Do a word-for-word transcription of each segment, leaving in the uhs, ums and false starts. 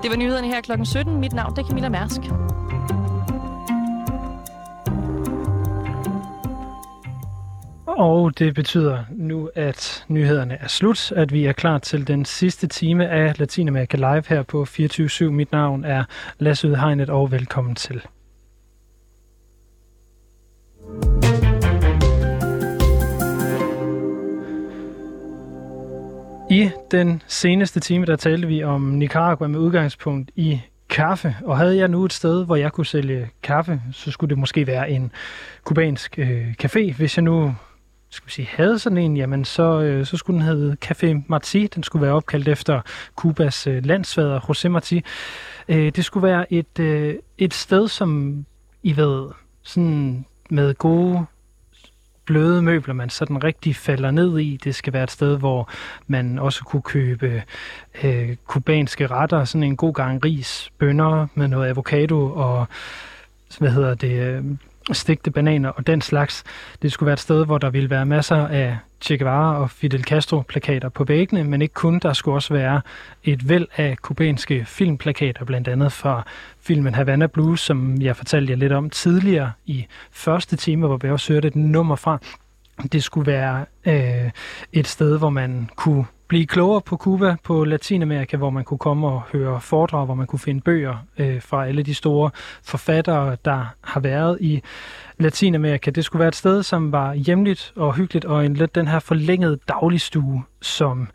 Det var nyhederne her klokken sytten. Mit navn det er Camilla Mærsk. Og det betyder nu, at nyhederne er slut, at vi er klar til den sidste time af Latinamerika Live her på fireogtyve syv. Mit navn er Lasse Udhegnet, og velkommen til. I den seneste time, der talte vi om Nicaragua med udgangspunkt i kaffe, og havde jeg nu et sted, hvor jeg kunne sælge kaffe, så skulle det måske være en kubansk øh, café. Hvis jeg nu skal vi sige, havde sådan en, jamen så, øh, så skulle den hedde Café Martí. Den skulle være opkaldt efter Cubas øh, landsfader, José Martí. Øh, det skulle være et, øh, et sted, som I ved, sådan med gode bløde møbler, man sådan rigtig falder ned i. Det skal være et sted, hvor man også kunne købe øh, kubanske retter, sådan en god gang ris, bønner med noget avocado og hvad hedder det, øh, stegte bananer og den slags. Det skulle være et sted, hvor der ville være masser af Che Guevara og Fidel Castro-plakater på væggene, men ikke kun. Der skulle også være et væld af kubanske filmplakater, blandt andet fra filmen Havana Blues, som jeg fortalte jer lidt om tidligere i første time, hvor vi også hørte et nummer fra. Det skulle være øh, et sted, hvor man kunne blive klogere på Cuba, på Latinamerika, hvor man kunne komme og høre foredrag, hvor man kunne finde bøger øh, fra alle de store forfattere, der har været i Latinamerika. Det skulle være et sted, som var hjemligt og hyggeligt, og en lidt den her forlængede dagligstue, som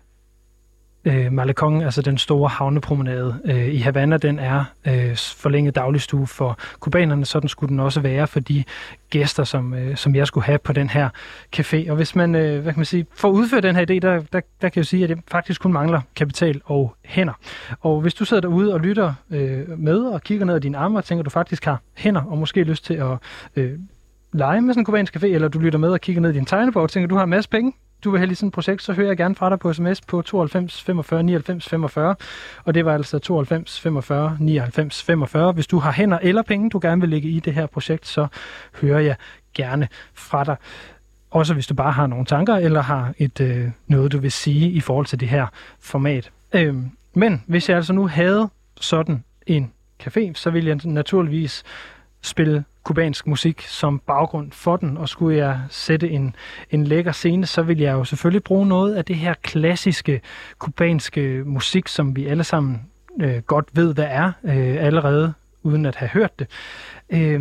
øh, Malecón, altså den store havnepromenade øh, i Havana, den er øh, forlænget dagligstue for kubanerne. Sådan skulle den også være for de gæster, som, øh, som jeg skulle have på den her café. Og hvis man, øh, hvad kan man sige, for at udføre den her idé, der, der, der kan jeg sige, at det faktisk kun mangler kapital og hænder. Og hvis du sidder derude og lytter øh, med og kigger ned ad dine arme og tænker, at du faktisk har hænder og måske lyst til at øh, lege med sådan en kubansk café, eller du lytter med og kigger ned i din tegnebog og tænker, at du har en masse penge, du vil have lige sådan et projekt, så hører jeg gerne fra dig på sms på tooghalvfems femogfyrre nioghalvfems femogfyrre, og det var altså tooghalvfems femogfyrre nioghalvfems femogfyrre. Hvis du har hænder eller penge, du gerne vil lægge i det her projekt, så hører jeg gerne fra dig. Også hvis du bare har nogle tanker, eller har et øh, noget, du vil sige i forhold til det her format. Øhm, men hvis jeg altså nu havde sådan en café, så ville jeg naturligvis spille kubansk musik som baggrund for den, og skulle jeg sætte en, en lækker scene, så vil jeg jo selvfølgelig bruge noget af det her klassiske kubanske musik, som vi alle sammen øh, godt ved, hvad er, øh, allerede uden at have hørt det. Øh,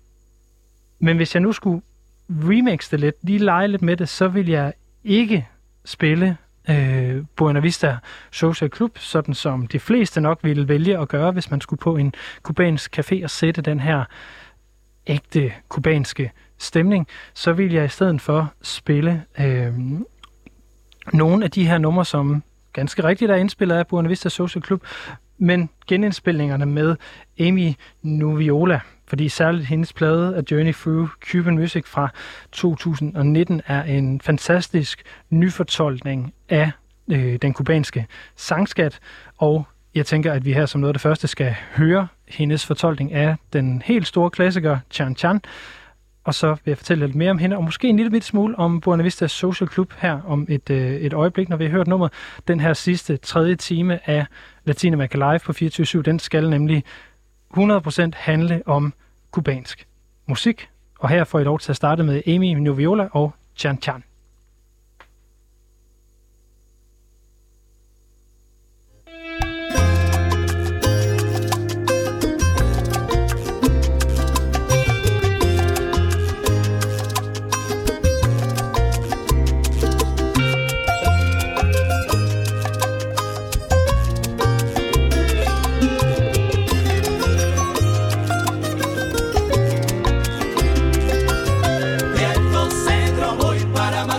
men hvis jeg nu skulle remixe det lidt, lige lege lidt med det, så vil jeg ikke spille øh, Buena Vista Social Club, sådan som de fleste nok ville vælge at gøre, hvis man skulle på en kubansk café og sætte den her ægte kubanske stemning, så vil jeg i stedet for spille øh, nogle af de her numre, som ganske rigtigt er indspillet af Buena Vista Social Club, men genindspilningerne med Amy Nuviola, fordi særligt hendes plade A Journey Through Cuban Music fra to tusind nitten er en fantastisk nyfortolkning af øh, den kubanske sangskat, og jeg tænker, at vi her som noget af det første skal høre hendes fortolkning af den helt store klassiker Chan Chan, og så vil jeg fortælle lidt mere om hende, og måske en lille smule om Buena Vista Social Club her om et, øh, et øjeblik, når vi har hørt nummeret. Den her sidste tredje time af Latinamerika Live på fireogtyve syv, den skal nemlig hundrede procent handle om kubansk musik, og her får I lov til at starte med Amy Nuviola og Chan Chan. Centro voy para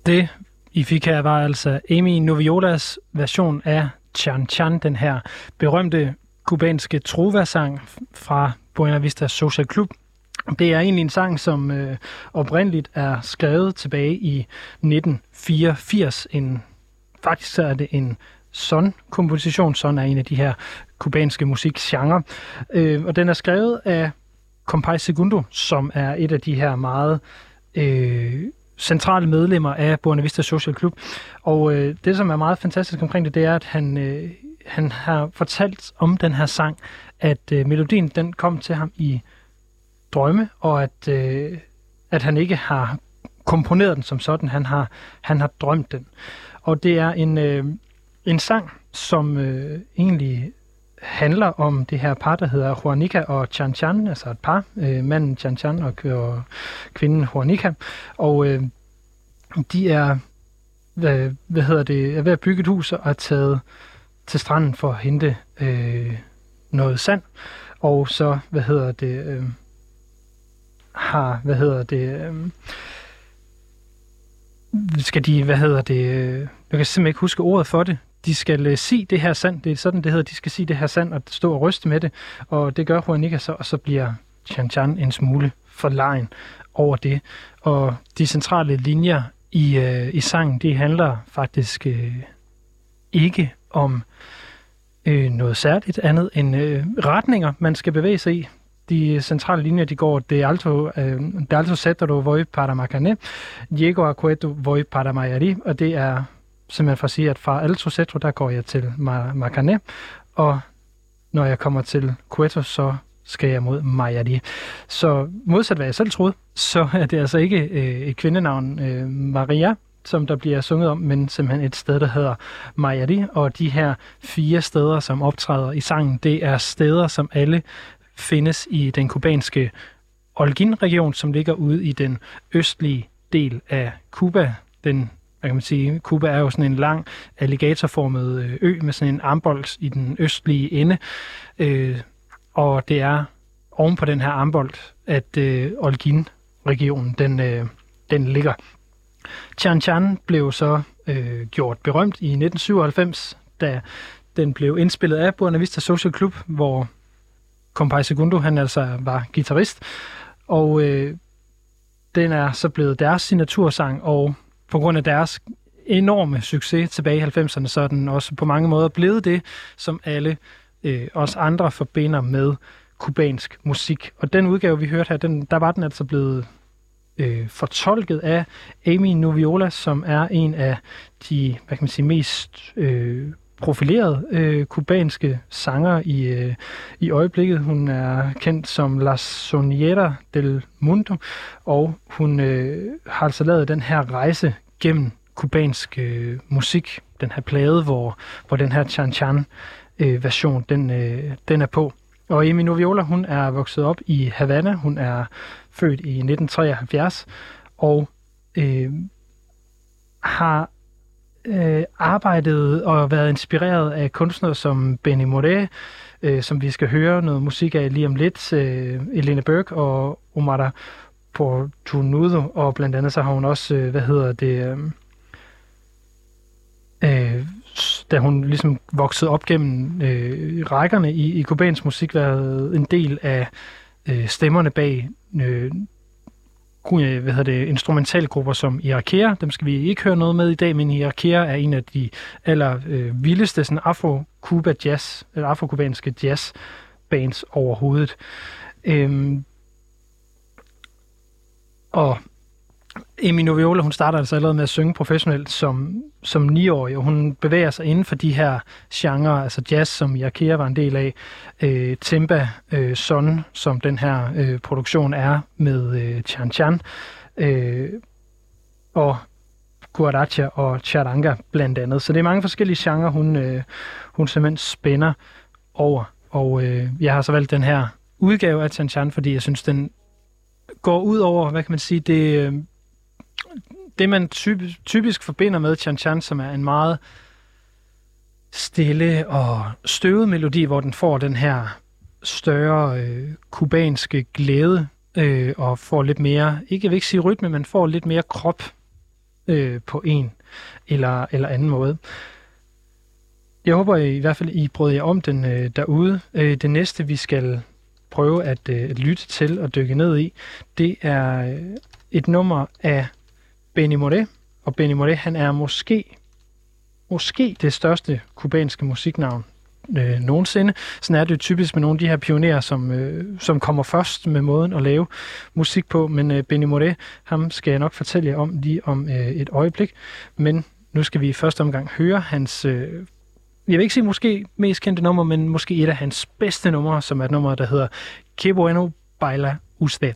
Det, I fik her, var altså Amy Noviolas version af Chan Chan, den her berømte kubanske trova-sang fra Buena Vista Social Club. Det er egentlig en sang, som øh, oprindeligt er skrevet tilbage i nitten fireogfirs. En, faktisk så er det en son-komposition. Son er en af de her kubanske musikgenre. Øh, og den er skrevet af Compay Segundo, som er et af de her meget øh, centrale medlemmer af Buena Vista Social Club. Og øh, det, som er meget fantastisk omkring det, det er, at han, øh, han har fortalt om den her sang, at øh, melodien den kom til ham i drømme, og at, øh, at han ikke har komponeret den som sådan. Han har, han har drømt den. Og det er en, øh, en sang, som øh, egentlig handler om det her par, der hedder Juanica og Chan Chan, altså et par, øh, manden Chan Chan og, og kvinden Juanica. Og øh, de er, hvad, hvad hedder det, er ved at bygge et hus og er taget til stranden for at hente øh, noget sand. Og så, hvad hedder det, øh, har, hvad hedder det, øh, skal de, hvad hedder det, øh, jeg kan simpelthen ikke huske ordet for det. De skal uh, sige det her sand, det er sådan, det hedder, de skal sige det her sand og stå og ryste med det, og det gør Juanica så, og så bliver Chan Chan en smule forlegen over det. Og de centrale linjer i, uh, i sangen, de handler faktisk uh, ikke om uh, noget særligt andet end uh, retninger, man skal bevæge sig i. De centrale linjer, de går, de alto, uh, de alto setero voy para Macané, llego a Cueto voy para Mayari, og det er simpelthen for at sige, at fra Alto Cetro, der går jeg til Macané, og når jeg kommer til Cueto, så skal jeg mod Mayari. Så modsat hvad jeg selv troede, så er det altså ikke øh, et kvindenavn øh, Maria, som der bliver sunget om, men simpelthen et sted, der hedder Mayari, og de her fire steder, som optræder i sangen, det er steder, som alle findes i den kubanske Holguín-region, som ligger ude i den østlige del af Cuba. Den Hvad kan man sige? Cuba er jo sådan en lang alligatorformet ø med sådan en armbold i den østlige ende. Øh, og det er oven på den her armbold, at øh, Holguín-regionen den, øh, den ligger. Chan Chan blev så øh, gjort berømt i nitten syvoghalvfems, da den blev indspillet af Buena Vista Social Club, hvor Compay Segundo han altså var guitarist. Og øh, den er så blevet deres signatursang, og på grund af deres enorme succes tilbage i halvfemserne, så er den også på mange måder blevet det, som alle øh, os andre forbinder med kubansk musik. Og den udgave, vi hørte her, den, der var den altså blevet øh, fortolket af Amy Noviola, som er en af de, hvad kan man sige, mest øh, profilerede øh, kubanske sanger i, øh, i øjeblikket. Hun er kendt som La Sonera del Mundo, og hun øh, har altså lavet den her rejse gennem kubansk øh, musik, den her plade, hvor, hvor den her Chan Chan øh, version, den, øh, den er på. Og Amy Noviola, hun er vokset op i Havana, hun er født i nitten treoghalvfjerds, og øh, har øh, arbejdet og været inspireret af kunstnere som Benny Moré, øh, som vi skal høre noget musik af lige om lidt, øh, Elena Burke og Omar Portunudo, og blandt andet så har hun også, øh, hvad hedder det, øh, øh, da hun ligesom voksede op gennem øh, rækkerne i, i kubansk musik, været en del af øh, stemmerne bag øh, hvad hedder det, instrumentalgrupper som Irakea. Dem skal vi ikke høre noget med i dag, men Irakea er en af de aller øh, vildeste sådan afro-kuba jazz, eller afro-kubanske jazzbands overhovedet. Øhm, og Amy Noviola, hun starter altså allerede med at synge professionelt som, som niårig, og hun bevæger sig inden for de her genrer, altså jazz, som Irakea var en del af, øh, Timba, øh, Son, som den her øh, produktion er med øh, Chan Chan, øh, og Guaracha og Charanga blandt andet. Så det er mange forskellige genrer, hun, øh, hun simpelthen spænder over, og øh, jeg har så valgt den her udgave af Chan Chan, fordi jeg synes, den går ud over, hvad kan man sige, det... Øh, det man typisk, typisk forbinder med Chan Chan, som er en meget stille og støvet melodi, hvor den får den her større øh, kubanske glæde øh, og får lidt mere, ikke jeg vil ikke sige rytme, men får lidt mere krop øh, på en eller, eller anden måde. Jeg håber I, i hvert fald, I brød jer om den øh, derude. Øh, det næste, vi skal prøve at, øh, at lytte til og dykke ned i, det er øh, et nummer af Benny Moré. Og Benny Moré, han er måske, måske det største kubanske musiknavn øh, nogensinde. Sådan er det jo typisk med nogle af de her pionerer, som, øh, som kommer først med måden at lave musik på. Men øh, Benny Moré, ham skal jeg nok fortælle jer om lige om øh, et øjeblik. Men nu skal vi i første omgang høre hans... Øh, Jeg vil ikke sige måske mest kendte nummer, men måske et af hans bedste numre, som er et nummer, der hedder Que bueno baila usted.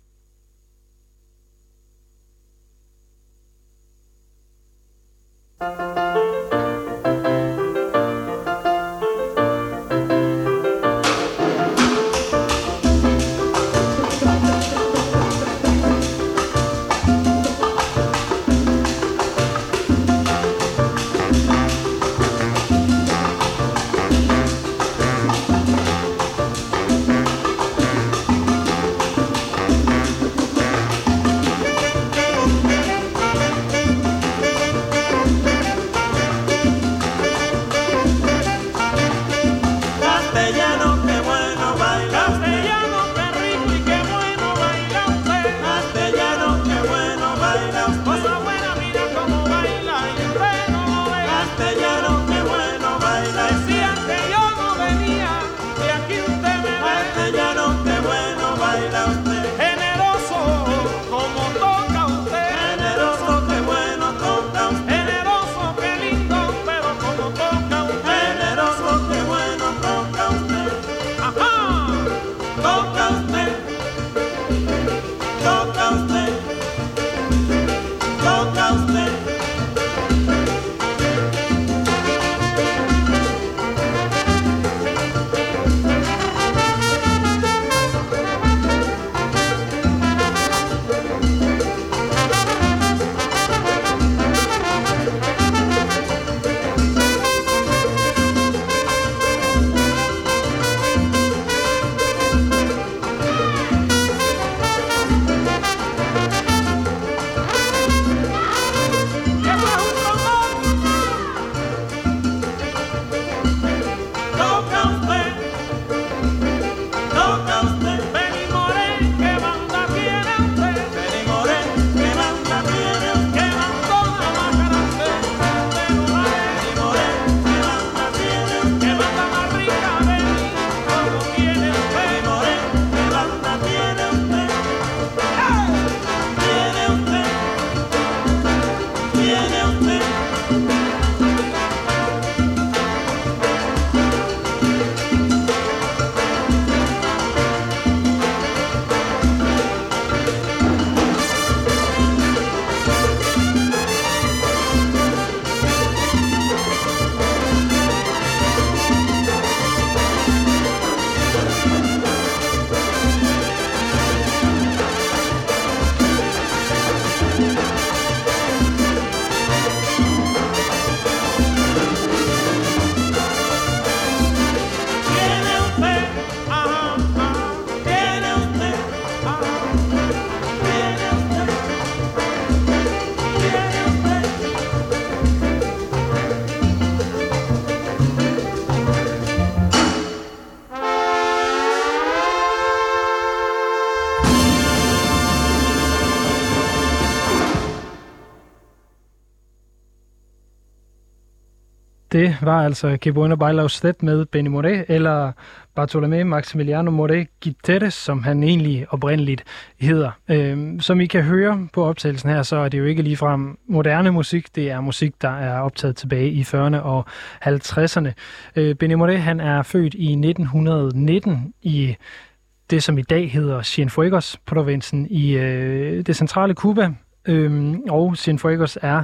Det var altså Que bueno baila usted med Benny Moré, eller Bartolomé Maximiliano Moré Gutierrez, som han egentlig oprindeligt hedder. Øhm, som I kan høre på optagelsen her, så er det jo ikke ligefrem moderne musik. Det er musik, der er optaget tilbage i fyrrerne og halvtredserne. Øh, Benny Moré, han er født i nitten nitten i det, som i dag hedder Cienfuegos-provinsen i øh, det centrale Cuba. Øhm, og Cienfuegos er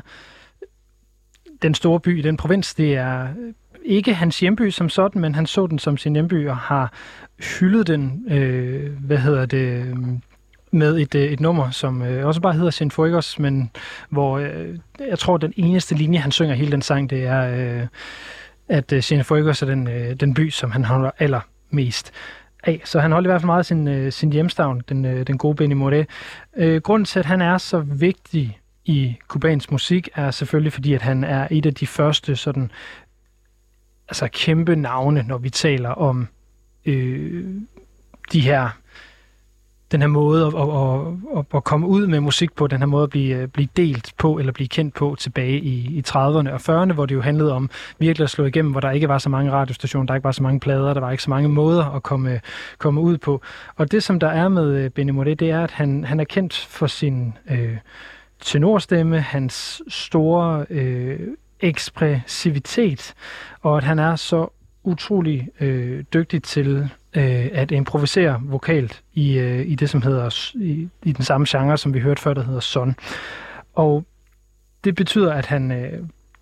den store by i den provins. Det er ikke hans hjemby som sådan, men han så den som sin hjemby og har hyldet den, øh, hvad hedder det, med et, et nummer, som øh, også bare hedder Cienfuegos, men hvor øh, jeg tror, den eneste linje, han synger hele den sang, det er, øh, at øh, Cienfuegos er den, øh, den by, som han holder allermest af. Så han holder i hvert fald meget sin, øh, sin hjemstavn, den, øh, den gode Benny Moré. Øh, grunden til, at han er så vigtig i kubansk musik, er selvfølgelig fordi, at han er et af de første sådan, altså kæmpe navne, når vi taler om øh, de her, den her måde at, at, at, at komme ud med musik på, den her måde at blive, blive delt på, eller blive kendt på tilbage i, i trediverne og fyrrerne, hvor det jo handlede om virkelig at slå igennem, hvor der ikke var så mange radiostationer, der ikke var så mange plader, der var ikke så mange måder at komme, komme ud på. Og det, som der er med Benny Moré, det er, at han, han er kendt for sin øh, tenorstemme, hans store øh, ekspressivitet, og at han er så utrolig øh, dygtig til øh, at improvisere vokalt i, øh, i det, som hedder, i, i den samme genre, som vi hørte før, der hedder son. Og det betyder, at han, øh,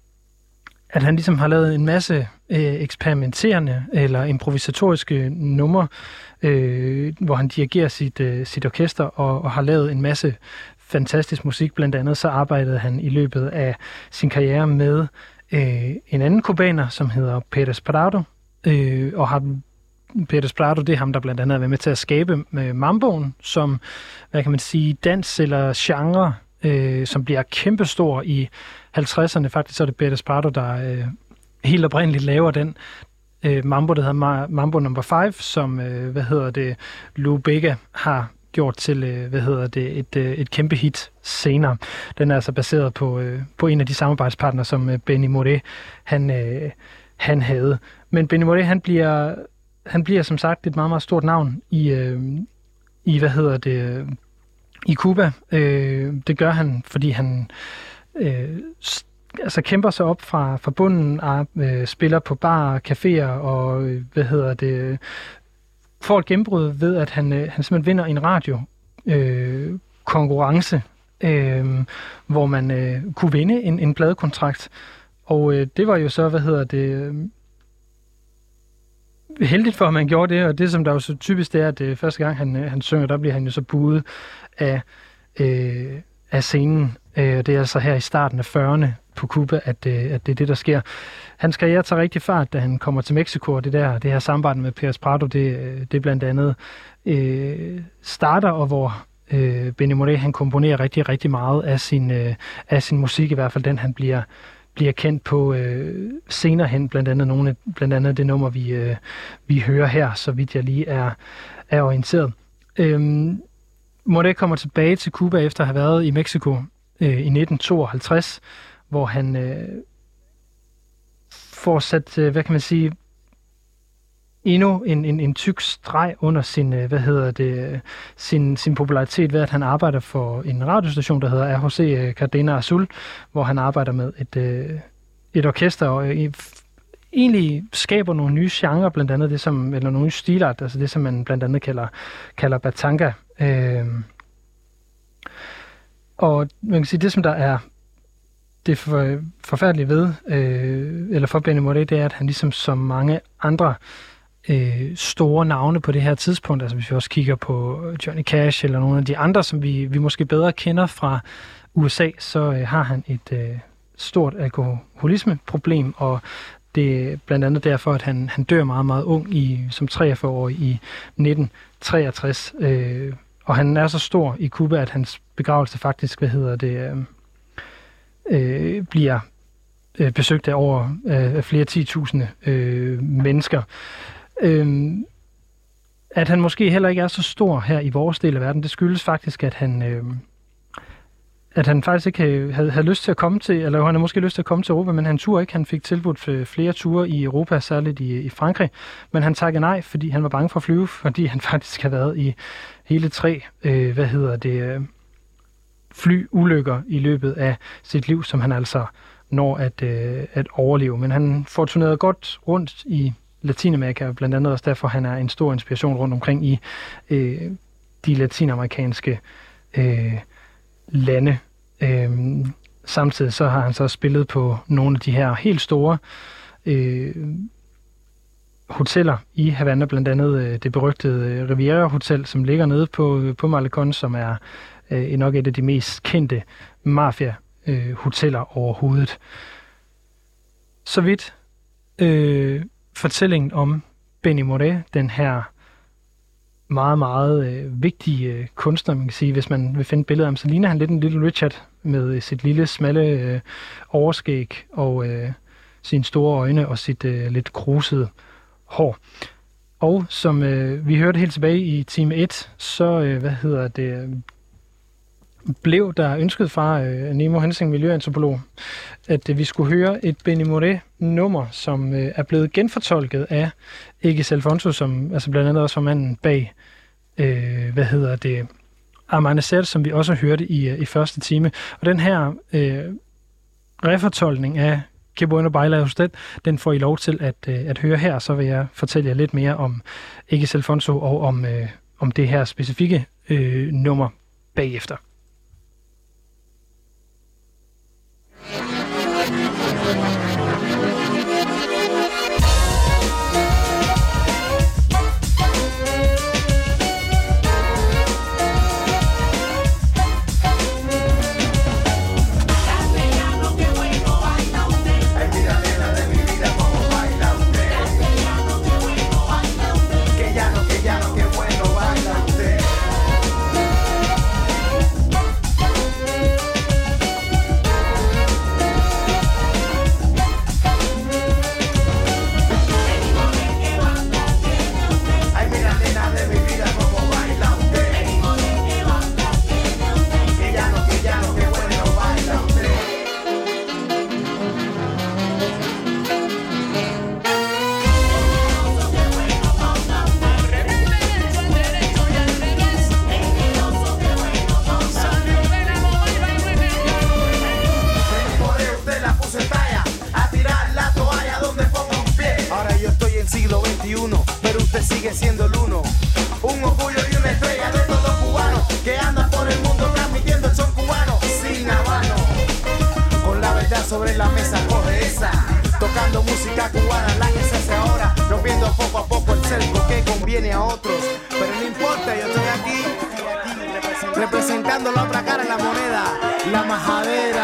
at han ligesom har lavet en masse øh, eksperimenterende eller improvisatoriske numre, øh, hvor han dirigerer sit, øh, sit orkester og, og har lavet en masse fantastisk musik. Blandt andet så arbejdede han i løbet af sin karriere med øh, en anden kubaner, som hedder Pérez Prado, øh, og har Pérez Prado, det er ham, der blandt andet er med til at skabe med mamboen, som, hvad kan man sige, dans eller genre, øh, som bliver kæmpestor i halvtredserne. Faktisk så er det Pérez Prado, der øh, helt oprindeligt laver den øh, mambo, der hedder Mambo number fem, som, øh, hvad hedder det, Lou Bega har gjort til, øh, hvad hedder det, et, øh, et kæmpe hit senere. Den er altså baseret på, øh, på en af de samarbejdspartnere, som øh, Benny Moré, han, øh, han havde. Men Benny Moré, han bliver, han bliver som sagt et meget, meget stort navn i, øh, i hvad hedder det, i Cuba. Øh, det gør han, fordi han øh, altså kæmper sig op fra, fra bunden og øh, spiller på barer, caféer og, øh, hvad hedder det, får et gennembrud ved, at han, øh, han simpelthen vinder en radio øh, konkurrence, øh, hvor man øh, kunne vinde en, en pladekontrakt. Og øh, det var jo så, hvad hedder det, øh, heldigt for, at man gjorde det, og det, som der jo så typisk det er, at øh, første gang han, øh, han synger, der bliver han jo så buet af, øh, af scenen. Øh, det er altså her i starten af fyrrerne på Cuba, at, øh, at det er det, der sker. Hans karriere tager rigtig fart, da han kommer til Mexico, og det der, det her samarbejde med Pérez Prado, det, det blandt andet øh, starter, og hvor øh, Benny Moré, han komponerer rigtig, rigtig meget af sin, øh, af sin musik, i hvert fald den, han bliver, bliver kendt på øh, senere hen, blandt andet, nogle, blandt andet det nummer, vi, øh, vi hører her, så vidt jeg lige er, er orienteret. Øh, Moré kommer tilbage til Cuba efter at have været i Mexico øh, i nitten tooghalvtreds, hvor han øh, får sat, øh, hvad kan man sige, endnu en, en, en tyk streg under sin, øh, hvad hedder det, sin, sin popularitet ved, at han arbejder for en radiostation, der hedder R H C Cadena Azul, hvor han arbejder med et, øh, et orkester og øh, egentlig skaber nogle nye genrer, blandt andet det som, eller nogle nye stilart, altså det, som man blandt andet kalder, kalder batanga. Øh, og man kan sige, det som der er det for, forfærdelige ved, øh, eller for Benny Moré, det er, at han ligesom som mange andre øh, store navne på det her tidspunkt, altså hvis vi også kigger på Johnny Cash eller nogle af de andre, som vi, vi måske bedre kender fra U S A, så øh, har han et øh, stort alkoholismeproblem, og det er blandt andet derfor, at han, han dør meget, meget ung i, som treogfyrre-årig i nitten treogtres. Øh, og han er så stor i Cuba, at hans begravelse faktisk, hvad hedder det, øh, øh, bliver øh, besøgt af over øh, flere ti-tusinde øh, mennesker. Øh, at han måske heller ikke er så stor her i vores del af verden, det skyldes faktisk, at han... Øh, at han faktisk ikke havde, havde lyst til at komme til, eller han havde måske lyst til at komme til Europa, men han turde ikke. Han fik tilbudt flere ture i Europa, særligt i, i Frankrig, men han takkede nej, fordi han var bange for at flyve, fordi han faktisk havde været i hele tre, øh, hvad hedder det, øh, flyulykker i løbet af sit liv, som han altså når at, øh, at overleve. Men han får turneret godt rundt i Latinamerika, blandt andet også derfor, han er en stor inspiration rundt omkring i øh, de latinamerikanske øh, lande. Øhm, samtidig så har han så spillet på nogle af de her helt store øh, hoteller i Havana, blandt andet øh, det berygtede Riviera Hotel, som ligger nede på, på Malecon, som er øh, nok et af de mest kendte mafia-hoteller øh, overhovedet. Så vidt øh, fortællingen om Benny Moré, den her meget, meget øh, vigtig øh, kunstner, man kan sige. Hvis man vil finde billeder af ham, så ligner han lidt en Little Richard med sit lille, smalle øh, overskæg og øh, sine store øjne og sit øh, lidt krusede hår. Og som øh, vi hørte helt tilbage i time et, så øh, hvad hedder det, blev der ønsket fra øh, Nemo Hensing, miljøantropolog, at øh, vi skulle høre et Benny Moré-nummer, som øh, er blevet genfortolket af Egis Alfonso, som altså blandt andet også var manden bag, øh, hvad hedder det, Amanecer, som vi også hørte i, i første time. Og den her øh, refortolkning af Que Bueno Baila Usted, den får I lov til at, øh, at høre her, så vil jeg fortælle jer lidt mere om Egis Alfonso og om, øh, om det her specifikke øh, nummer bagefter. Sobre la mesa coge esa, tocando música cubana, la que se hace ahora, rompiendo poco a poco el cerco que conviene a otros, pero no importa, yo estoy aquí, representando la otra cara de la moneda, la majadera.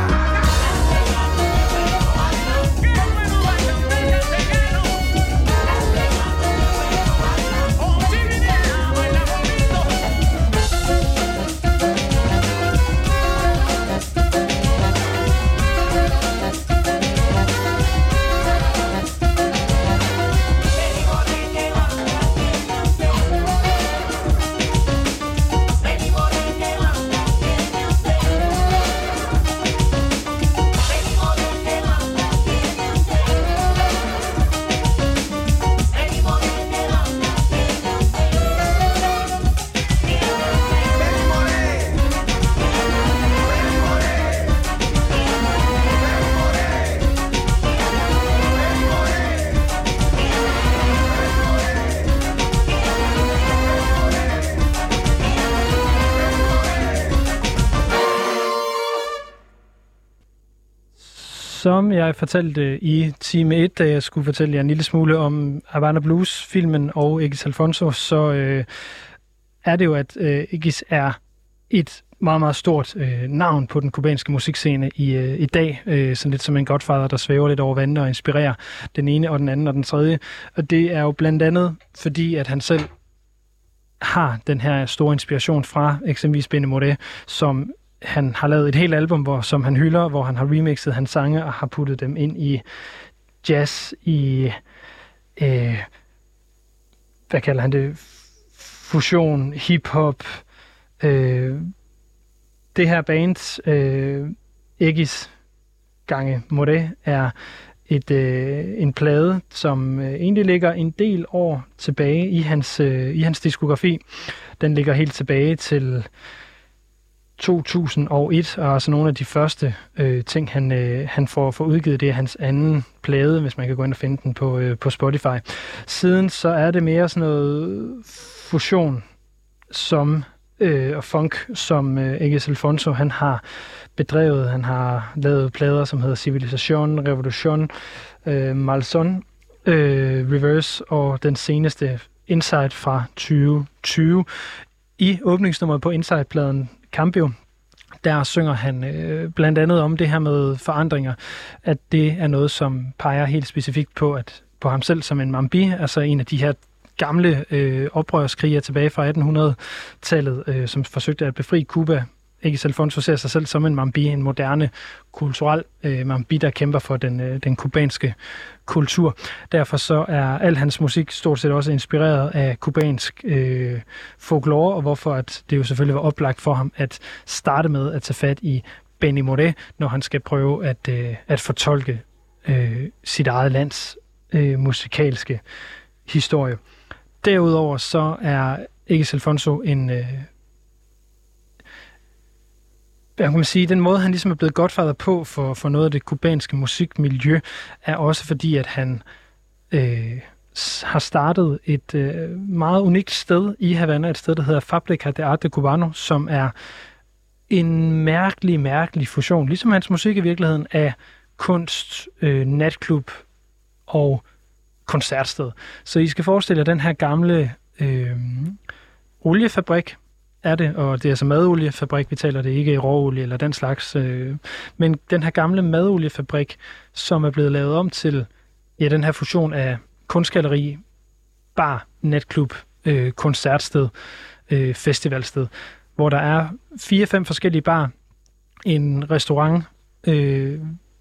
Som jeg fortalte i time et, da jeg skulle fortælle jer en lille smule om Havana Blues-filmen og Egis Alfonso, så øh, er det jo, at øh, Egis er et meget, meget stort øh, navn på den kubanske musikscene i, øh, i dag. Øh, sådan lidt som en godfather, der svæver lidt over vandet og inspirerer den ene og den anden og den tredje. Og det er jo blandt andet, fordi at han selv har den her store inspiration fra eksempelvis Benny Moré, som han har lavet et helt album, hvor, som han hylder, hvor han har remixet hans sange og har puttet dem ind i jazz, i øh, hvad kalder han det, fusion, hip-hop. Øh, det her band, øh, Egis gange Moré, er et, øh, en plade, som øh, egentlig ligger en del år tilbage i hans, øh, i hans diskografi. Den ligger helt tilbage til to tusind og et, og altså nogle af de første øh, ting, han, øh, han får, får udgivet, det er hans anden plade, hvis man kan gå ind og finde den på, øh, på Spotify. Siden så er det mere sådan noget fusion som, øh, og funk, som øh, Egis Alfonso han har bedrevet. Han har lavet plader, som hedder Civilisation, Revolution, øh, Malson, øh, Reverse og den seneste Inside fra tyve tyve. I åbningsnummeret på Inside-pladen Cambio, der synger han øh, blandt andet om det her med forandringer, at det er noget, som peger helt specifikt på, at på ham selv som en mambi, altså en af de her gamle øh, oprørskrigere tilbage fra attenhundredetallet, øh, som forsøgte at befri Cuba. Egues Alfonso ser sig selv som en mambi, en moderne kulturel øh, mambi, der kæmper for den, øh, den kubanske kultur. Derfor så er al hans musik stort set også inspireret af kubansk øh, folklore, og hvorfor at det jo selvfølgelig var oplagt for ham at starte med at tage fat i Benny Moré, når han skal prøve at, øh, at fortolke øh, sit eget lands øh, musikalske historie. Derudover så er Egues Alfonso en... Øh, Jeg kan sige, den måde, han ligesom er blevet godfather på for, for noget af det kubanske musikmiljø, er også fordi, at han øh, har startet et øh, meget unikt sted i Havana, et sted, der hedder Fábrica de Arte Cubano, som er en mærkelig, mærkelig fusion, ligesom hans musik i virkeligheden, af kunst, øh, natklub og koncertsted. Så I skal forestille jer den her gamle øh, oliefabrik, er det, og det er altså madoliefabrik, vi taler det ikke råolie eller den slags, øh, men den her gamle madoliefabrik, som er blevet lavet om til ja, den her fusion af kunstgalleri, bar, natklub, øh, koncertsted, øh, festivalsted, hvor der er fire-fem forskellige bar, en restaurant, øh,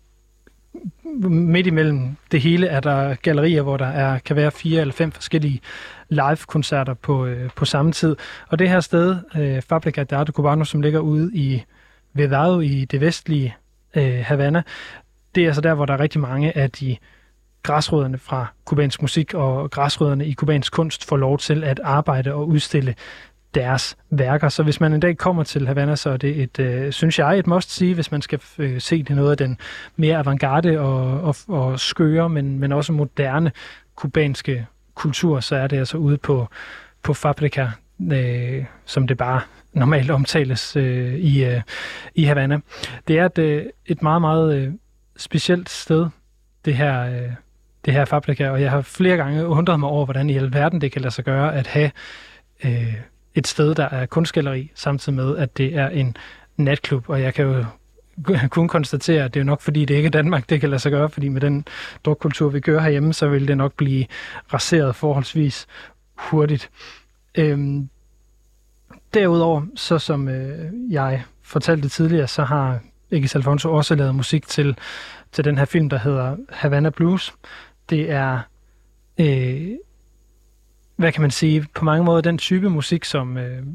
midt imellem det hele er der gallerier, hvor der er, kan være fire eller fem forskellige live-koncerter på, øh, på samme tid. Og det her sted, øh, Fábrica de Arte Cubano, som ligger ude i Vedado i det vestlige øh, Havana, det er altså der, hvor der er rigtig mange af de græsrødderne fra kubansk musik og græsrødderne i kubansk kunst får lov til at arbejde og udstille deres værker. Så hvis man en dag kommer til Havana, så er det et, øh, synes jeg, et must sige, hvis man skal øh, se det noget af den mere avantgarde og, og, og skøre, men, men også moderne kubanske kultur, så er det altså ude på, på Fábrica, øh, som det bare normalt omtales øh, i, øh, i Havana. Det er et, øh, et meget, meget øh, specielt sted, det her, øh, det her Fábrica, og jeg har flere gange undret mig over, hvordan i alverden det kan lade sig gøre at have øh, et sted, der er kunstgalleri, samtidig med, at det er en natklub, og jeg kan jo kun konstatere, at det er nok fordi, det ikke er Danmark, det kan lade sig gøre, fordi med den drukkultur, vi kører herhjemme, så vil det nok blive raseret forholdsvis hurtigt. Øhm, derudover, så som øh, jeg fortalte tidligere, så har Egues Alfonso også lavet musik til, til den her film, der hedder Havana Blues. Det er øh, hvad kan man sige, på mange måder den type musik, som, øh,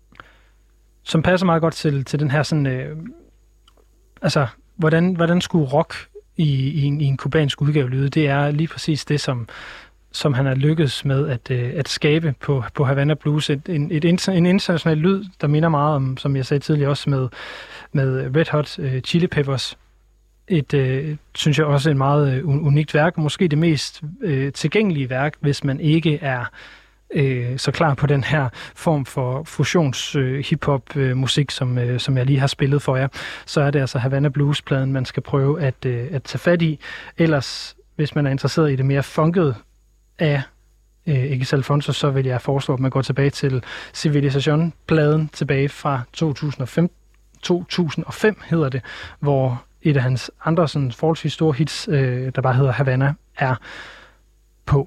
som passer meget godt til, til den her sådan, øh, altså, hvordan, hvordan skulle rock i, i, en, i en kubansk udgave lyde, det er lige præcis det, som, som han har lykkedes med at, øh, at skabe på, på Havana Blues. Et, en, et inter, en international lyd, der minder meget om, som jeg sagde tidligere også, med, med Red Hot øh, Chili Peppers. Et, øh, synes jeg også, et meget øh, unikt værk, måske det mest øh, tilgængelige værk, hvis man ikke er øh, så klar på den her form for fusions øh, hip-hop øh, musik, som, øh, som jeg lige har spillet for jer. Så er det altså Havana Blues-pladen, man skal prøve at, øh, at tage fat i. Ellers, hvis man er interesseret i det mere funkede af øh, Egues Alfonso, så vil jeg foreslå, at man går tilbage til Civilization-pladen tilbage fra to tusind og fem, to tusind og fem hedder det, hvor et af hans andre sådan forholdsvis store hits, øh, der bare hedder Havana, er på.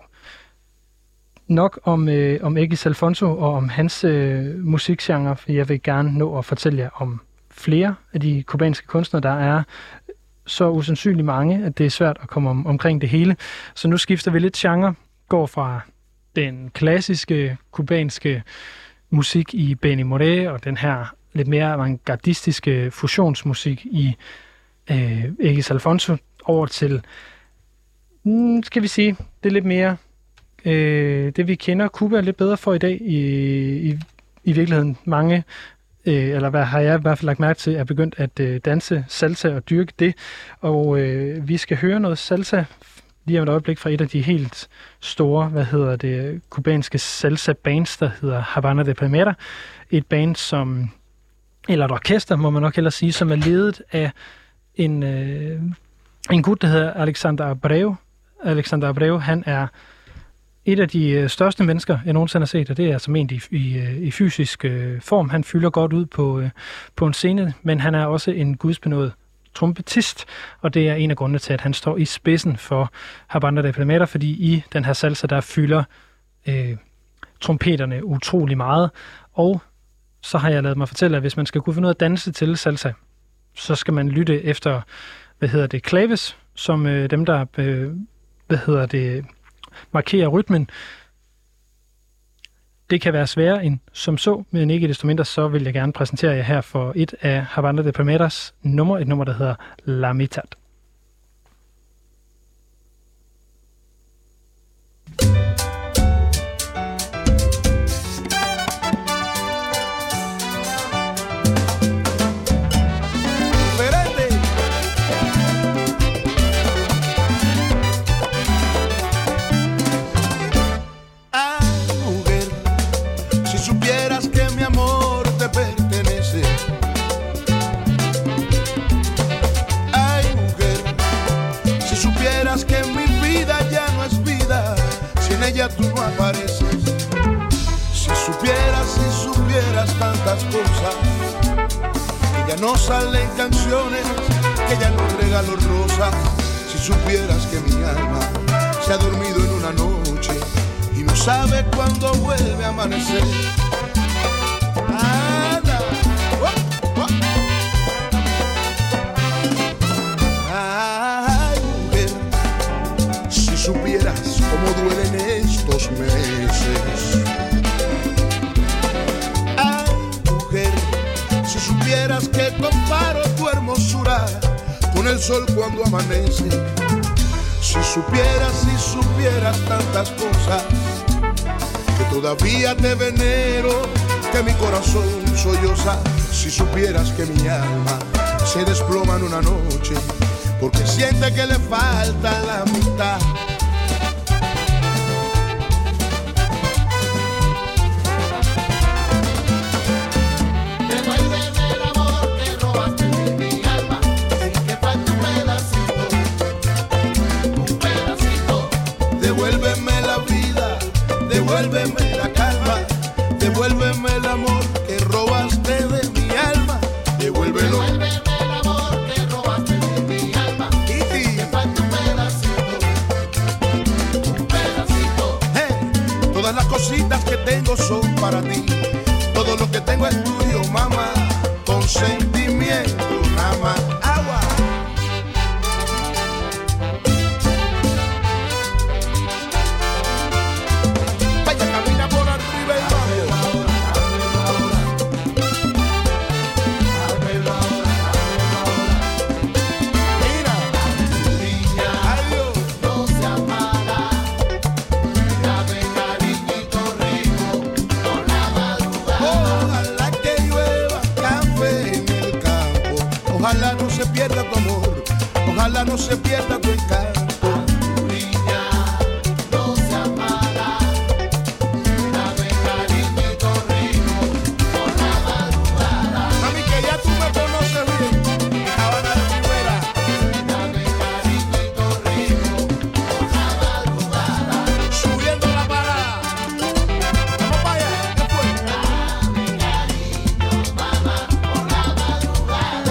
Nok om, øh, om Egues Alfonso og om hans øh, musikgenre, for jeg vil gerne nå at fortælle jer om flere af de kubanske kunstnere, der er så usandsynligt mange, at det er svært at komme om, omkring det hele. Så nu skifter vi lidt genre, går fra den klassiske kubanske musik i Benny Moré og den her lidt mere avantgardistiske fusionsmusik i øh, Egues Alfonso over til, mm, skal vi sige, det er lidt mere øh, det vi kender Cuba lidt bedre for i dag i, i, i virkeligheden. Mange, øh, eller hvad har jeg i hvert fald lagt mærke til, er begyndt at øh, danse salsa og dyrke det, og øh, vi skal høre noget salsa lige om et øjeblik fra et af de helt store, hvad hedder det, kubanske salsa bands, der hedder Habana de Primera, et band som, eller et orkester må man nok hellere sige, som er ledet af en, øh, en gut, der hedder Alexander Abreu. Alexander Abreu, han er et af de største mennesker, jeg nogensinde har set, og det er altså ment i, i, i fysisk øh, form. Han fylder godt ud på, øh, på en scene, men han er også en gudsbenået trompetist, og det er en af grundene til, at han står i spidsen for Habana de Primera, fordi i den her salsa, der fylder øh, trompeterne utrolig meget. Og så har jeg ladet mig fortælle, at hvis man skal kunne finde ud af at danse til salsa, så skal man lytte efter, hvad hedder det, claves, som øh, dem, der øh, hvad hedder det, markerer rytmen. Det kan være sværere end som så, men ikke desto mindre, så vil jeg gerne præsentere jer her for et af Habana de Primeras nummer, et nummer, der hedder La Mitad. Tú no apareces. Si supieras, si supieras tantas cosas, que ya no salen canciones, que ya no regalo rosas. Si supieras que mi alma se ha dormido en una noche y no sabe cuándo vuelve a amanecer. Ana, oh, oh. Ay, mujer, si supieras cómo duelen estos meses. Ay, mujer, si supieras que comparo tu hermosura con el sol cuando amanece. Si supieras, si supieras tantas cosas, que todavía te venero, que mi corazón solloza. Si supieras que mi alma se desploma en una noche, porque siente que le falta la mitad. Devuélveme la calma, devuélveme el amor que robaste de mi alma, devuélvelo. Devuélveme el amor que robaste de mi alma, y te falta un pedacito, un pedacito. Hey, todas las cositas que tengo son para ti, todo lo que tengo es tuyo, mamá, con sentimiento nada más. Agua. Ojalá no se pierda tu amor, ojalá no se pierda tu encanto. Niña, no seas mala, dame cariñito rico por la madrugada. Mami, que ya tú me conoces bien, Habana de Primera. Dame cariñito rico por la madrugada. Subiendo la parada, vamos para allá, después. Dame cariño, mamá, por la madrugada.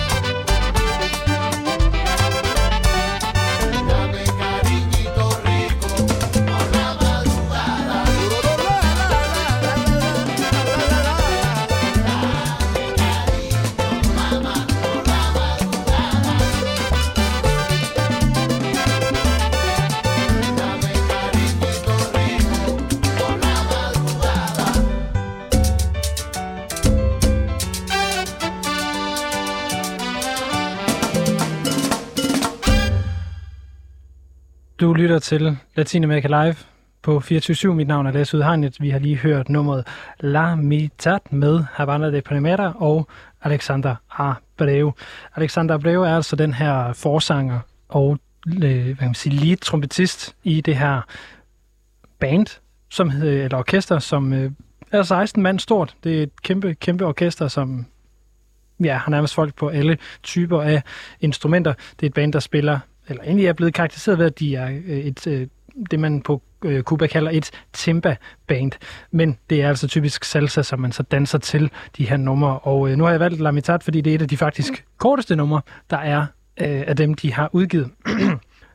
Du lytter til Latinamerika Live på fireogtyve syv. Mit navn er Lasse Udhegnet. Vi har lige hørt nummeret La Mitad med Habana de Primera og Alexander Abreu. Alexander Abreu er altså den her forsanger og hvad kan man sige, lead trompetist i det her band, som hedder, eller orkester, som er seksten mand stort. Det er et kæmpe, kæmpe orkester, som ja, har nærmest folk på alle typer af instrumenter. Det er et band, der spiller, eller egentlig er blevet karakteriseret ved, at de er et, det man på Cuba kalder et timba-band. Men det er altså typisk salsa, som man så danser til de her numre. Og nu har jeg valgt La Mitad, fordi det er et af de faktisk korteste numre, der er af dem, de har udgivet.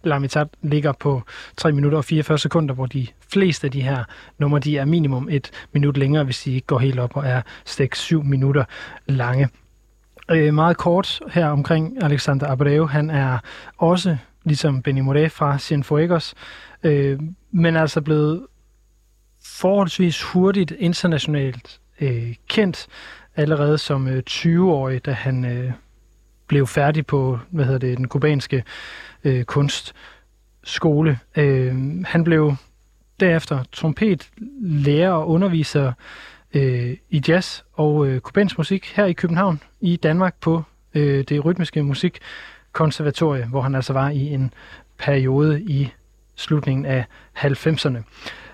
La Mitad ligger på tre minutter og fireogfyrre sekunder, hvor de fleste af de her numre, de er minimum et minut længere, hvis de ikke går helt op og er seks syv minutter lange. Øh, meget kort her omkring Alexander Abreu. Han er også, ligesom Benny Moré fra Cienfuegos, øh, men er altså blevet forholdsvis hurtigt internationalt øh, kendt allerede som øh, tyve-årig, da han øh, blev færdig på hvad hedder det, den kubanske øh, kunstskole. Øh, han blev derefter trompetlærer og underviser øh, i jazz og øh, kubansk musik her i København i Danmark på øh, det rytmiske musikkonservatorie, hvor han altså var i en periode i slutningen af halvfemserne.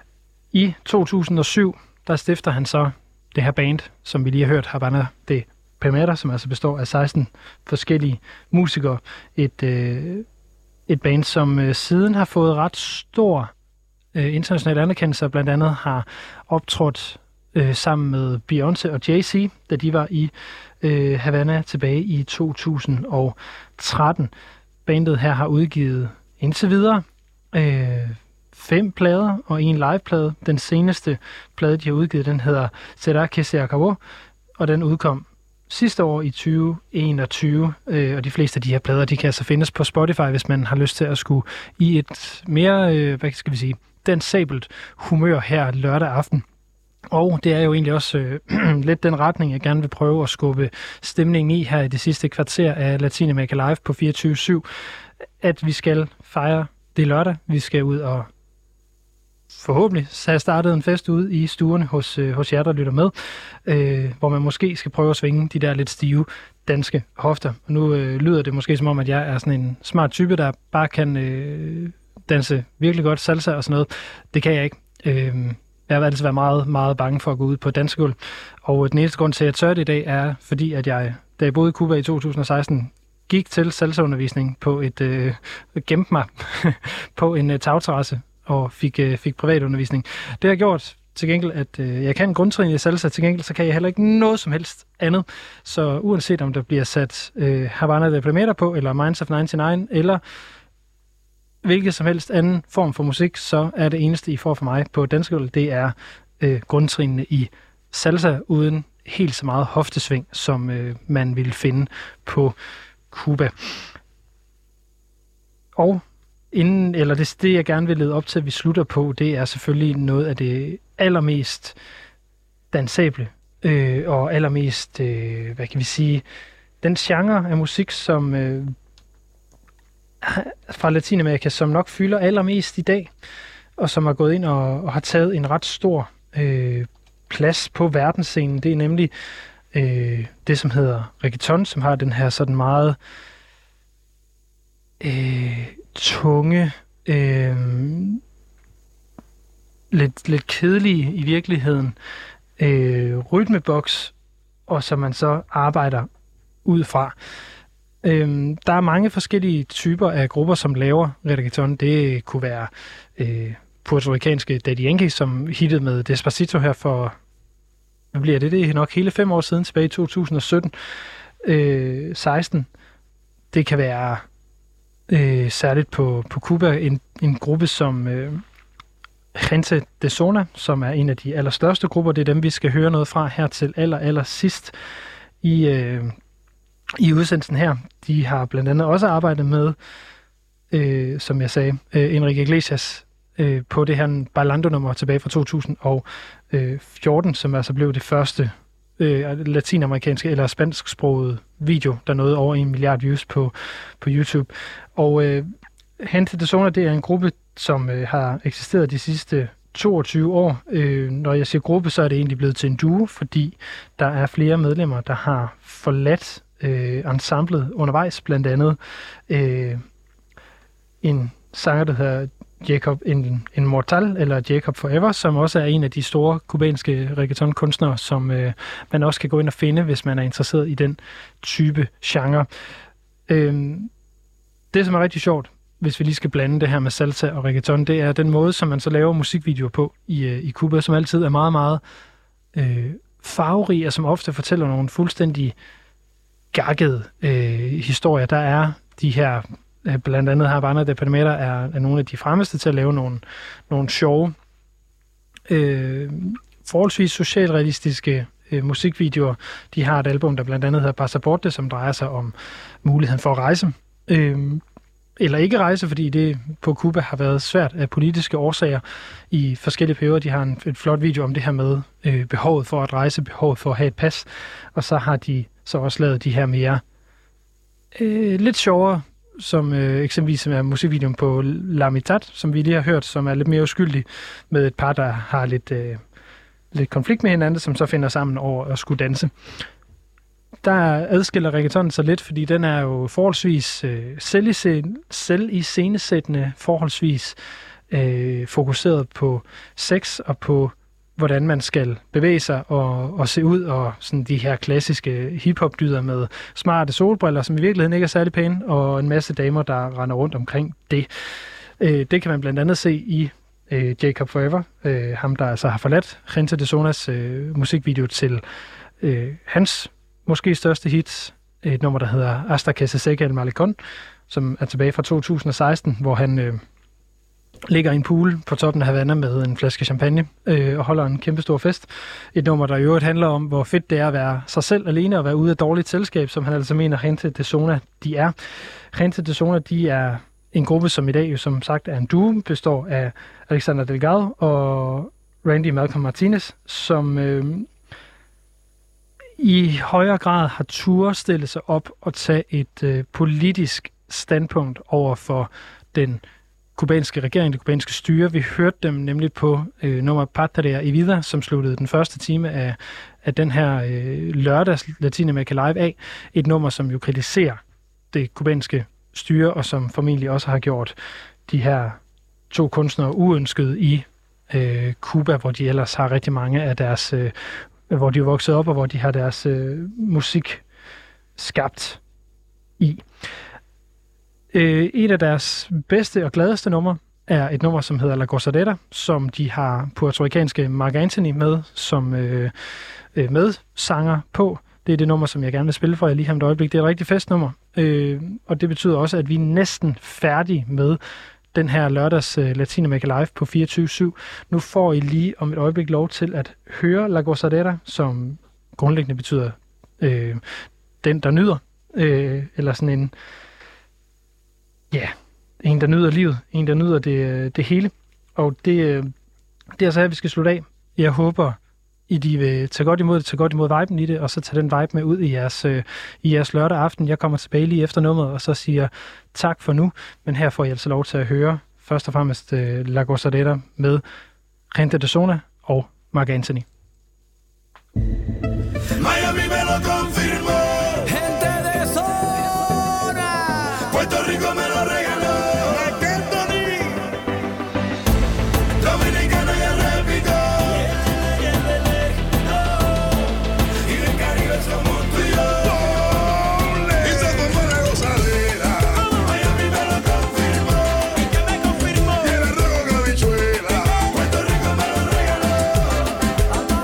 I to tusind og syv, der stifter han så det her band, som vi lige har hørt, Habana de Primera, som altså består af seksten forskellige musikere. Et, øh, et band, som øh, siden har fået ret stor øh, international anerkendelse, og blandt andet har optrådt øh, sammen med Beyoncé og Jay-Z, da de var i øh, Havana tilbage i to tusind og tretten. Bandet her har udgivet indtil videre øh, fem plader og en liveplade. Den seneste plade, de har udgivet, den hedder Será que se acabó, og den udkom sidste år i tyve enogtyve, øh, og de fleste af de her plader, de kan altså findes på Spotify, hvis man har lyst til at skulle i et mere, øh, hvad skal vi sige, dansabelt humør her lørdag aften. Og det er jo egentlig også øh, lidt den retning, jeg gerne vil prøve at skubbe stemningen i her i det sidste kvarter af Latinamerika Live på fireogtyve syv, at vi skal fejre det lørdag. Vi skal ud og forhåbentlig have startet en fest ude i stuerne hos, øh, hos jer, der lytter med, øh, hvor man måske skal prøve at svinge de der lidt stive danske hofter. Og nu øh, lyder det måske som om, at jeg er sådan en smart type, der bare kan øh, danse virkelig godt salsa og sådan noget. Det kan jeg ikke. Øh, jeg har altid været meget, meget bange for at gå ud på dansegulv. Og den eneste grund til, at jeg tør det i dag, er fordi, at jeg, da jeg boede i Cuba i to tusind og seksten, gik til salsaundervisning på et, øh, gemte mig på en øh, tagterrasse og fik, øh, fik privatundervisning. Det har gjort til gengæld, at øh, jeg kan grundtrin i salsa, til gengæld så kan jeg heller ikke noget som helst andet. Så uanset om der bliver sat øh, Habana de Primera på, eller Minds of nioghalvfems, eller hvilket som helst anden form for musik, så er det eneste, I får for mig på dansegulvet, det er øh, grundtrinene i salsa, uden helt så meget hoftesving, som øh, man ville finde på Cuba. Og inden, eller det, det, jeg gerne vil lede op til, at vi slutter på, det er selvfølgelig noget af det allermest dansable, øh, og allermest, øh, hvad kan vi sige, den genre af musik, som øh, fra Latinamerika, som nok fylder allermest i dag, og som har gået ind og, og har taget en ret stor øh, plads på verdensscenen. Det er nemlig øh, det, som hedder reggaeton, som har den her sådan meget øh, tunge, øh, lidt, lidt kedelige i virkeligheden øh, rytmeboks, og som man så arbejder ud fra. Øhm, der er mange forskellige typer af grupper, som laver reggaeton. Det kunne være øh, puertoricanske Daddy Yankee, som hittede med Despacito her for, hvad bliver det? Det er nok hele fem år siden, tilbage i to tusind og sytten øh, seksten. Det kan være øh, særligt på, på Cuba en, en gruppe som øh, Gente de Zona, som er en af de allerstørste grupper. Det er dem, vi skal høre noget fra her til aller, aller sidst i øh, I udsendelsen her. De har blandt andet også arbejdet med, øh, som jeg sagde, øh, Enrique Iglesias øh, på det her Bailando-nummer tilbage fra to tusind og fjorten, som altså blev det første øh, latinamerikanske eller spansksprogede video, der nåede over en milliard views på, på YouTube. Og øh, Gente de Zona, det er en gruppe, som øh, har eksisteret de sidste toogtyve år. Øh, når jeg siger gruppe, så er det egentlig blevet til en duo, fordi der er flere medlemmer, der har forladt øh, ensemblet undervejs, blandt andet øh, en sanger, der hedder Jacob Inmortal, eller Jacob Forever, som også er en af de store kubanske reggaeton-kunstnere, som øh, man også kan gå ind og finde, hvis man er interesseret i den type genre. Øh, det, som er rigtig sjovt, hvis vi lige skal blande det her med salsa og reggaeton, det er den måde, som man så laver musikvideoer på i, øh, i Cuba, som altid er meget, meget øh, farverig, og som ofte fortæller nogle fuldstændig gakkede øh, historier. Der er de her Blandt andet har Banda de Primera er, er nogle af de fremmeste til at lave nogle, nogle sjove, øh, forholdsvis socialrealistiske øh, musikvideoer. De har et album, der blandt andet hedder Passaporte, som drejer sig om muligheden for at rejse. Øh, eller ikke rejse, fordi det på Cuba har været svært af politiske årsager i forskellige perioder. De har en, en flot video om det her med øh, behovet for at rejse, behovet for at have et pas. Og så har de så også lavet de her mere øh, lidt sjovere, som øh, eksempelvis er musikvideoen på La Mitad, som vi lige har hørt, som er lidt mere uskyldig, med et par, der har lidt, øh, lidt konflikt med hinanden, som så finder sammen over at skulle danse. Der adskiller reggaetonen så lidt, fordi den er jo forholdsvis øh, selviscenesættende, forholdsvis øh, fokuseret på sex og på, hvordan man skal bevæge sig og, og se ud, og sådan de her klassiske hiphop-dyder med smarte solbriller, som i virkeligheden ikke er særlig pæne, og en masse damer, der render rundt omkring det. Øh, det kan man blandt andet se i øh, Jacob Forever, øh, ham der altså har forladt Gente de Zonas øh, musikvideo til øh, hans måske største hit, et nummer, der hedder Hasta que se seque el malecón, som er tilbage fra to tusind og seksten, hvor han øh, ligger i en pool på toppen af Havana med en flaske champagne øh, og holder en kæmpe stor fest. Et nummer, der i øvrigt handler om, hvor fedt det er at være sig selv alene og være ude af dårligt selskab, som han altså mener Gente de Zona, de er. Gente de Zona, de er en gruppe, som i dag jo som sagt er en duo, består af Alexander Delgado og Randy Malcolm Martinez, som øh, i højere grad har tur stille sig op og tage et øh, politisk standpunkt over for den kubanske regering, det kubanske styre. Vi hørte dem nemlig på øh, nummer Patria y Vida, som sluttede den første time af, af den her øh, lørdags Latinamerika Live af. Et nummer, som jo kritiserer det kubanske styre, og som formentlig også har gjort de her to kunstnere uønskede i øh, Cuba, hvor de ellers har rigtig mange af deres, øh, hvor de er vokset op, og hvor de har deres øh, musik skabt i. Øh, et af deres bedste og gladeste numre er et nummer, som hedder La Gozadera, som de har puertoricanske Marc Anthony med som øh, øh, medsanger på. Det er det nummer, som jeg gerne vil spille for jer lige her om et øjeblik. Det er et rigtig festnummer, øh, og det betyder også, at vi er næsten færdige med den her lørdags uh, Latinamerika Live på fireogtyve syv. Nu får I lige om et øjeblik lov til at høre La Gozadera, som grundlæggende betyder øh, den, der nyder, øh, eller sådan en Ja, yeah. en, der nyder livet. En, der nyder det, det hele. Og det, det er så her, vi skal slutte af. Jeg håber, I de vil tage godt imod det, tage godt imod viben i det, og så tage den vibe med ud i jeres, i jeres lørdag aften. Jeg kommer tilbage lige efter nummeret, og så siger tak for nu. Men her får I altså lov til at høre først og fremmest uh, La Gozadera med Gente de Zona og Marc Anthony. Miami me lo confirmó. Gente de Zona. Puerto Rico me lo regaló. Anthony. Dominicana ya repito. Y del Caribe somos tú y yo. Y se tomó la gozadera. Miami me lo confirmó. ¿Y qué me confirmó? Y el arroz con habichuela. Puerto Rico me lo regaló.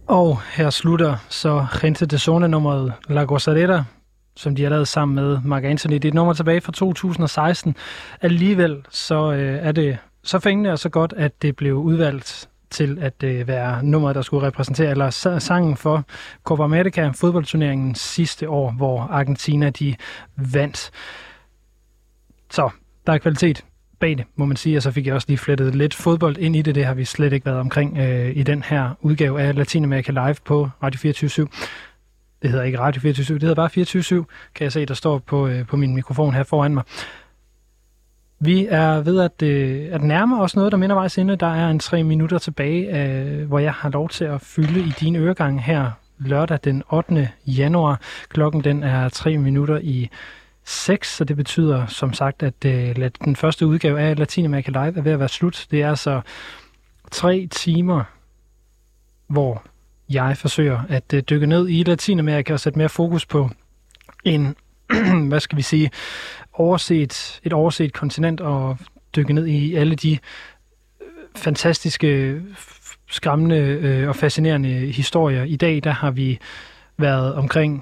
Og her slutter så Gente de Zona-nummeret La Gozadera, som de har lavet sammen med Mark Anthony. Det er et nummer tilbage fra to tusind og seksten. Alligevel så øh, er det så fængende og så godt, at det blev udvalgt til at øh, være nummeret, der skulle repræsentere, eller sangen for Copa America, fodboldturneringen sidste år, hvor Argentina de vandt. Så der er kvalitet bag det, må man sige, og så fik jeg også lige flettet lidt fodbold ind i det. Det har vi slet ikke været omkring øh, i den her udgave af Latinamerika Live på Radio fireogtyve syv. Det hedder ikke Radio fireogtyve syv, det hedder bare fireogtyve syv, kan jeg se, der står på, øh, på min mikrofon her foran mig. Vi er ved at, øh, at nærme os noget, der minder vejs inde. Der er en tre minutter tilbage, øh, hvor jeg har lov til at fylde i dine øregange her lørdag den ottende januar. Klokken den er tre minutter i seks, så det betyder som sagt, at øh, den første udgave af Latinamerika Live er ved at være slut. Det er altså tre timer, hvor jeg forsøger at øh, dykke ned i Latinamerika og sætte mere fokus på en, hvad skal vi sige, overset, et overset kontinent og dykke ned i alle de fantastiske, skræmmende øh, og fascinerende historier. I dag, der har vi været omkring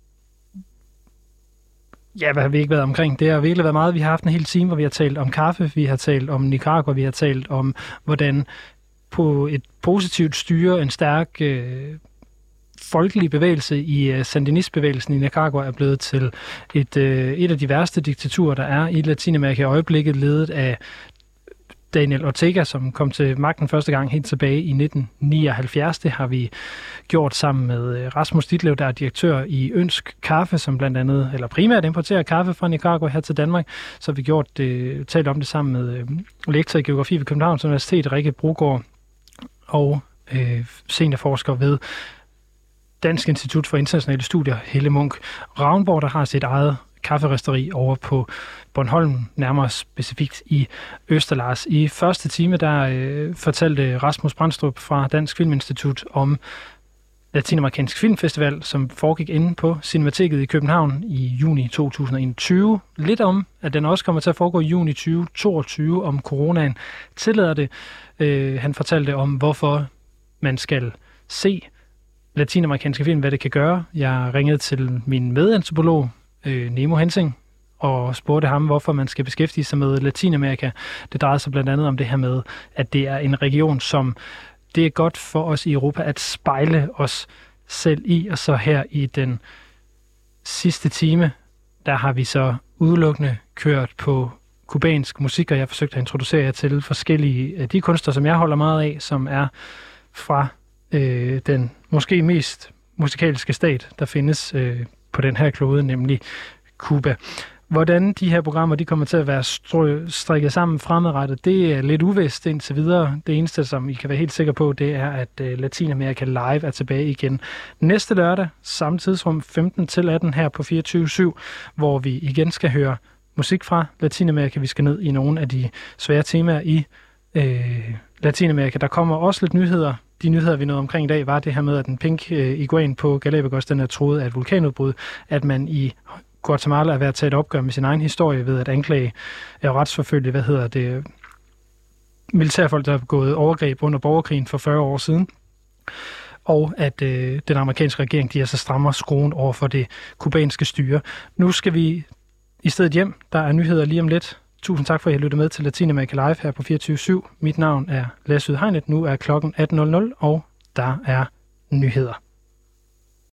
Ja, hvad har vi ikke været omkring? Det har virkelig været meget. Vi har haft en hel time, hvor vi har talt om kaffe, vi har talt om Nicaragua, vi har talt om, hvordan på et positivt styre, en stærk øh, folkelig bevægelse i øh, sandinistbevægelsen i Nicaragua er blevet til et, øh, et af de værste diktaturer, der er i Latinamerika i øjeblikket, ledet af Daniel Ortega, som kom til magten første gang helt tilbage i nitten nioghalvfjerds. Det har vi gjort sammen med Rasmus Ditlev, der er direktør i Ønsk Kaffe, som blandt andet, eller primært importerer kaffe fra Nicaragua her til Danmark. Så har vi gjort det, talt om det sammen med øh, lektor i geografi ved Københavns Universitet, Rikke Brogaard, og øh, seniorforsker ved Dansk Institut for Internationale Studier, Helle Munk Ravnborg, der har sit eget kafferisteri over på Bornholm, nærmere specifikt i Østerlars. I første time, der øh, fortalte Rasmus Brandstrup fra Dansk Filminstitut om Latinamerikansk Filmfestival, som foregik inde på Cinemateket i København i juni to tusind og enogtyve. Lidt om, at den også kommer til at foregå i juni tyve toogtyve, om coronaen tillader det. Øh, han fortalte om, hvorfor man skal se latinamerikanske film, hvad det kan gøre. Jeg ringede til min medantropolog, øh, Nemo Hensing, og spurgte ham, hvorfor man skal beskæftige sig med Latinamerika. Det drejer sig blandt andet om det her med, at det er en region, som det er godt for os i Europa at spejle os selv i. Og så her i den sidste time, der har vi så udelukkende kørt på kubansk musik, og jeg har forsøgt at introducere jer til forskellige af de kunstnere, som jeg holder meget af, som er fra øh, den måske mest musikalske stat, der findes øh, på den her klode, nemlig Cuba. Hvordan de her programmer de kommer til at være str- strikket sammen fremadrettet, det er lidt uvist indtil videre. Det eneste, som I kan være helt sikre på, det er, at uh, Latinamerika Live er tilbage igen næste lørdag, samme tidsrum femten til atten her på fireogtyve syv, hvor vi igen skal høre musik fra Latinamerika. Vi skal ned i nogle af de svære temaer i øh, Latinamerika. Der kommer også lidt nyheder. De nyheder, vi nåede omkring i dag, var det her med, at den pink øh, iguan på Galapagos, den er troet af et vulkanudbrud, at man i Guatemala er ved at tage et opgør med sin egen historie ved at anklage og retsforfølge, hvad hedder det, militærfolk, der har begået overgreb under borgerkrigen for fyrre år siden. Og at øh, den amerikanske regering, de altså strammer skruen over for det kubanske styre. Nu skal vi i stedet hjem. Der er nyheder lige om lidt. Tusind tak for, at I lyttede med til Latinamerika Live her på fireogtyve syv. Mit navn er Lasse Ydhegnet. Nu er klokken atten nul nul, og der er nyheder.